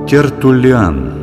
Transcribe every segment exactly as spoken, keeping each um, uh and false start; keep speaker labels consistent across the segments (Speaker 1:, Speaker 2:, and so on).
Speaker 1: Тертуллиан.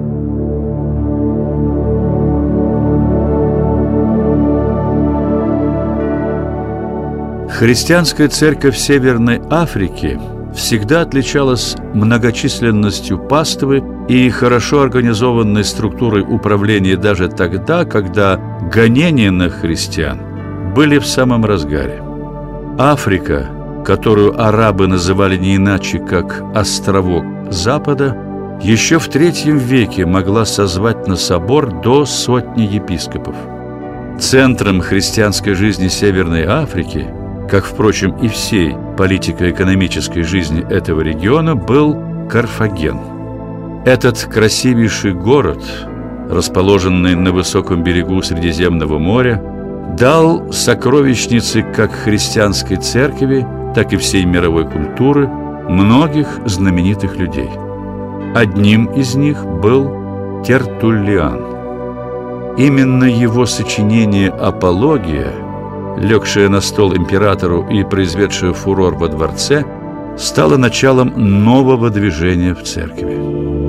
Speaker 1: Христианская церковь Северной Африки всегда отличалась многочисленностью паствы и хорошо организованной структурой управления даже тогда, когда гонения на христиан были в самом разгаре. Африка, которую арабы называли не иначе, как «островок Запада», еще в третьем веке могла созвать на собор до сотни епископов. Центром христианской жизни Северной Африки, как, впрочем, и всей политико-экономической жизни этого региона, был Карфаген. Этот красивейший город, расположенный на высоком берегу Средиземного моря, дал сокровищницы как христианской церкви, так и всей мировой культуры многих знаменитых людей. Одним из них был Тертуллиан. Именно его сочинение «Апология», легшее на стол императору и произведшее фурор во дворце, стало началом нового движения в церкви.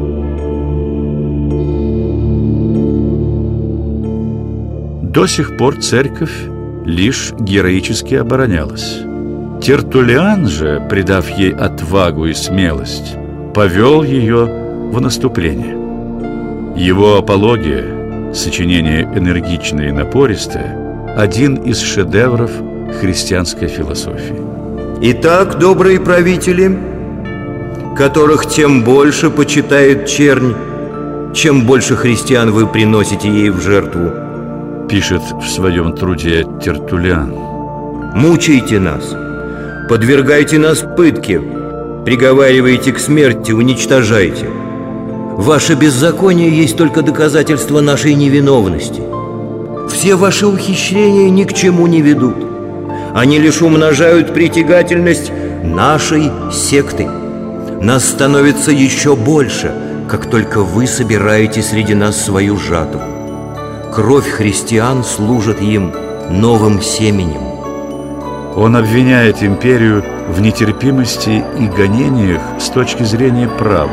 Speaker 1: До сих пор церковь лишь героически оборонялась. Тертуллиан же, придав ей отвагу и смелость, повел ее в наступление. Его «Апология», сочинение энергичное и напористое, один из шедевров христианской философии.
Speaker 2: Итак, добрые правители, которых тем больше почитает чернь, чем больше христиан вы приносите ей в жертву,
Speaker 1: пишет в своем труде Тертуллиан.
Speaker 2: Мучайте нас, подвергайте нас пытке, приговаривайте к смерти, уничтожайте. Ваше беззаконие есть только доказательство нашей невиновности. Все ваши ухищрения ни к чему не ведут. Они лишь умножают притягательность нашей секты. Нас становится еще больше, как только вы собираете среди нас свою жатву. Кровь христиан служит им новым семенем.
Speaker 1: Он обвиняет империю в нетерпимости и гонениях с точки зрения права.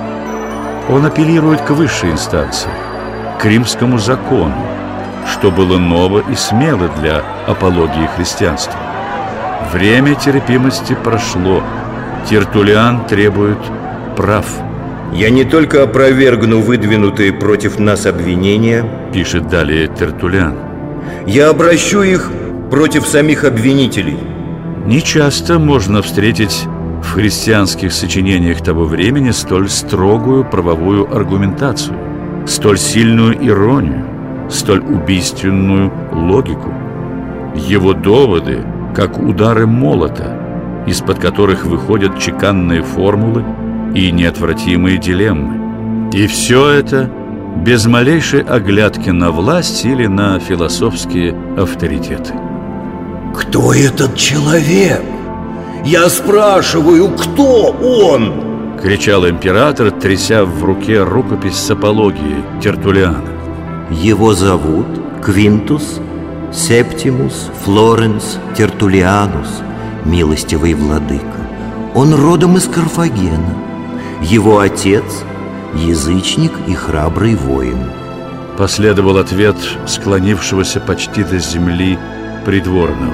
Speaker 1: Он апеллирует к высшей инстанции, к римскому закону, что было ново и смело для апологии христианства. Время терпимости прошло. Тертуллиан требует прав.
Speaker 2: «Я не только опровергну выдвинутые против нас обвинения, —
Speaker 1: пишет далее Тертуллиан,
Speaker 2: — я обращу их против самих обвинителей».
Speaker 1: Нечасто можно встретить в христианских сочинениях того времени столь строгую правовую аргументацию, столь сильную иронию, столь убийственную логику. Его доводы, как удары молота, из-под которых выходят чеканные формулы и неотвратимые дилеммы. И все это без малейшей оглядки на власть или на философские авторитеты.
Speaker 2: «Кто этот человек? Я спрашиваю, кто он?»
Speaker 1: — кричал император, тряся в руке рукопись с апологией Тертуллиана.
Speaker 2: «Его зовут Квинтус Септимус Флоренс Тертуллианус, милостивый владыка. Он родом из Карфагена. Его отец – язычник и храбрый воин».
Speaker 1: Последовал ответ склонившегося почти до земли придворного.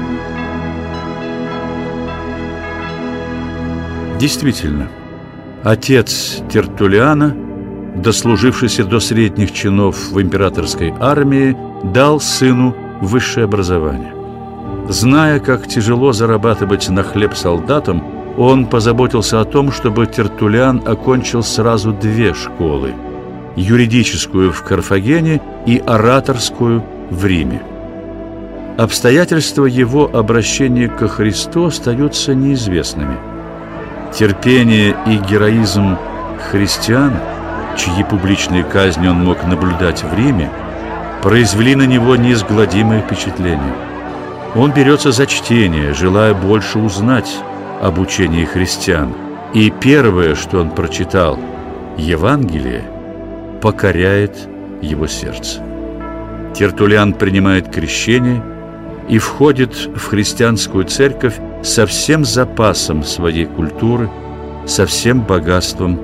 Speaker 1: Действительно, отец Тертуллиана, дослужившийся до средних чинов в императорской армии, дал сыну высшее образование. Зная, как тяжело зарабатывать на хлеб солдатам, он позаботился о том, чтобы Тертуллиан окончил сразу две школы – юридическую в Карфагене и ораторскую в Риме. Обстоятельства его обращения ко Христу остаются неизвестными. Терпение и героизм христиан, чьи публичные казни он мог наблюдать в Риме, произвели на него неизгладимое впечатление. Он берется за чтение, желая больше узнать об учении христиан. И первое, что он прочитал, Евангелие, покоряет его сердце. Тертуллиан принимает крещение и входит в христианскую церковь со всем запасом своей культуры, со всем богатством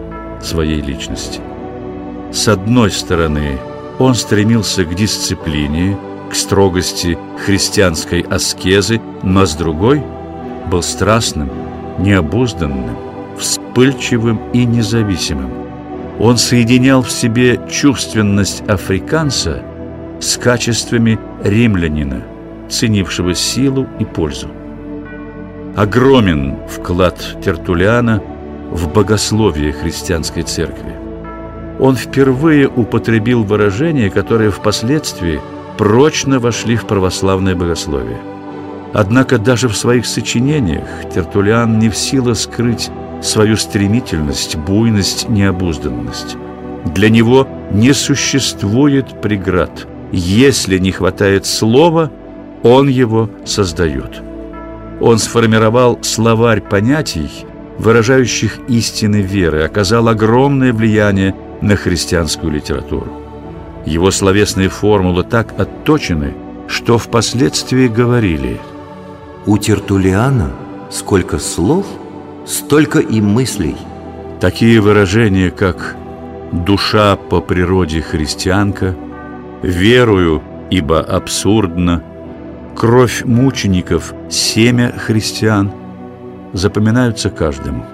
Speaker 1: своей личности. С одной стороны, он стремился к дисциплине, к строгости христианской аскезы, но с другой был страстным, необузданным, вспыльчивым и независимым. Он соединял в себе чувственность африканца с качествами римлянина, ценившего силу и пользу. Огромен вклад Тертуллиана в богословие христианской церкви. Он впервые употребил выражения, которые впоследствии прочно вошли в православное богословие. Однако даже в своих сочинениях Тертуллиан не в силах скрыть свою стремительность, буйность, необузданность. Для него не существует преград. Если не хватает слова, он его создает. Он сформировал словарь понятий, выражающих истины веры, оказал огромное влияние на христианскую литературу. Его словесные формулы так отточены, что впоследствии говорили:
Speaker 2: у Тертуллиана сколько слов, столько и мыслей.
Speaker 1: Такие выражения, как «душа по природе христианка», «верую, ибо абсурдно», «кровь мучеников, семя христиан» запоминаются каждому.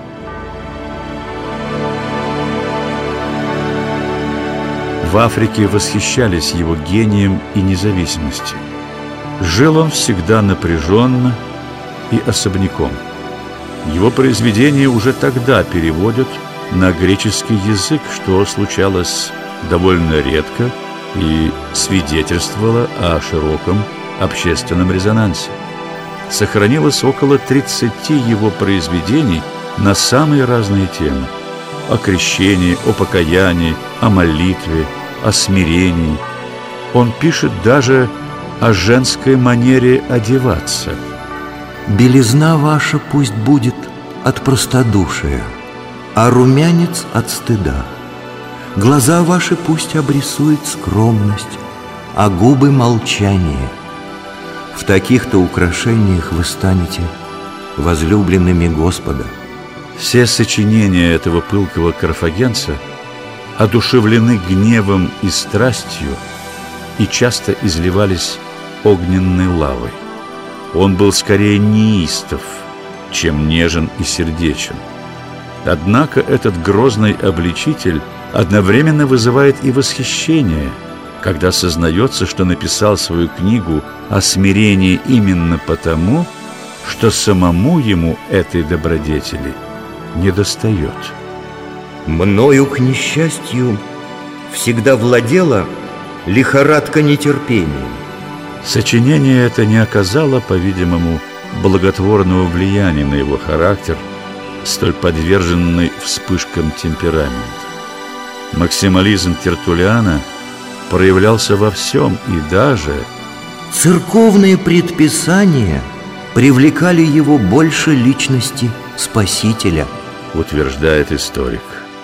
Speaker 1: В Африке восхищались его гением и независимостью. Жил он всегда напряженно и особняком. Его произведения уже тогда переводят на греческий язык, что случалось довольно редко и свидетельствовало о широком общественном резонансе. Сохранилось около тридцати его произведений на самые разные темы: о крещении, о покаянии, о молитве, о смирении. Он пишет даже о женской манере одеваться.
Speaker 2: «Белизна ваша пусть будет от простодушия, а румянец от стыда. Глаза ваши пусть обрисует скромность, а губы молчание. В таких-то украшениях вы станете возлюбленными Господа».
Speaker 1: Все сочинения этого пылкого карфагенца одушевлены гневом и страстью и часто изливались огненной лавой. Он был скорее неистов, чем нежен и сердечен. Однако этот грозный обличитель одновременно вызывает и восхищение, когда сознается, что написал свою книгу о смирении именно потому, что самому ему этой добродетели недостает.
Speaker 2: «Мною, к несчастью, всегда владела лихорадка нетерпения».
Speaker 1: Сочинение это не оказало, по-видимому, благотворного влияния на его характер, столь подверженный вспышкам темперамента. Максимализм Тертуллиана проявлялся во всем, и даже
Speaker 2: церковные предписания привлекали его больше личности Спасителя,
Speaker 1: утверждает историк.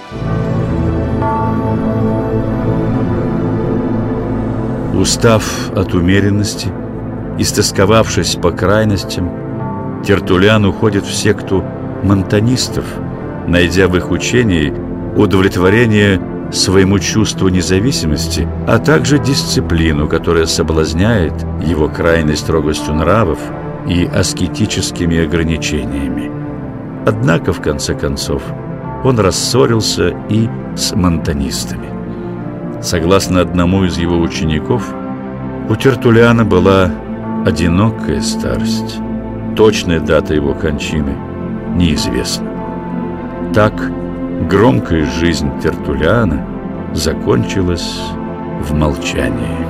Speaker 1: Устав от умеренности, истосковавшись по крайностям, Тертуллиан уходит в секту монтанистов, найдя в их учении удовлетворение своему чувству независимости, а также дисциплину, которая соблазняет его крайней строгостью нравов и аскетическими ограничениями. Однако, в конце концов, он рассорился и с монтанистами. Согласно одному из его учеников, у Тертуллиана была одинокая старость. Точная дата его кончины неизвестна. Так громкая жизнь Тертуллиана закончилась в молчании.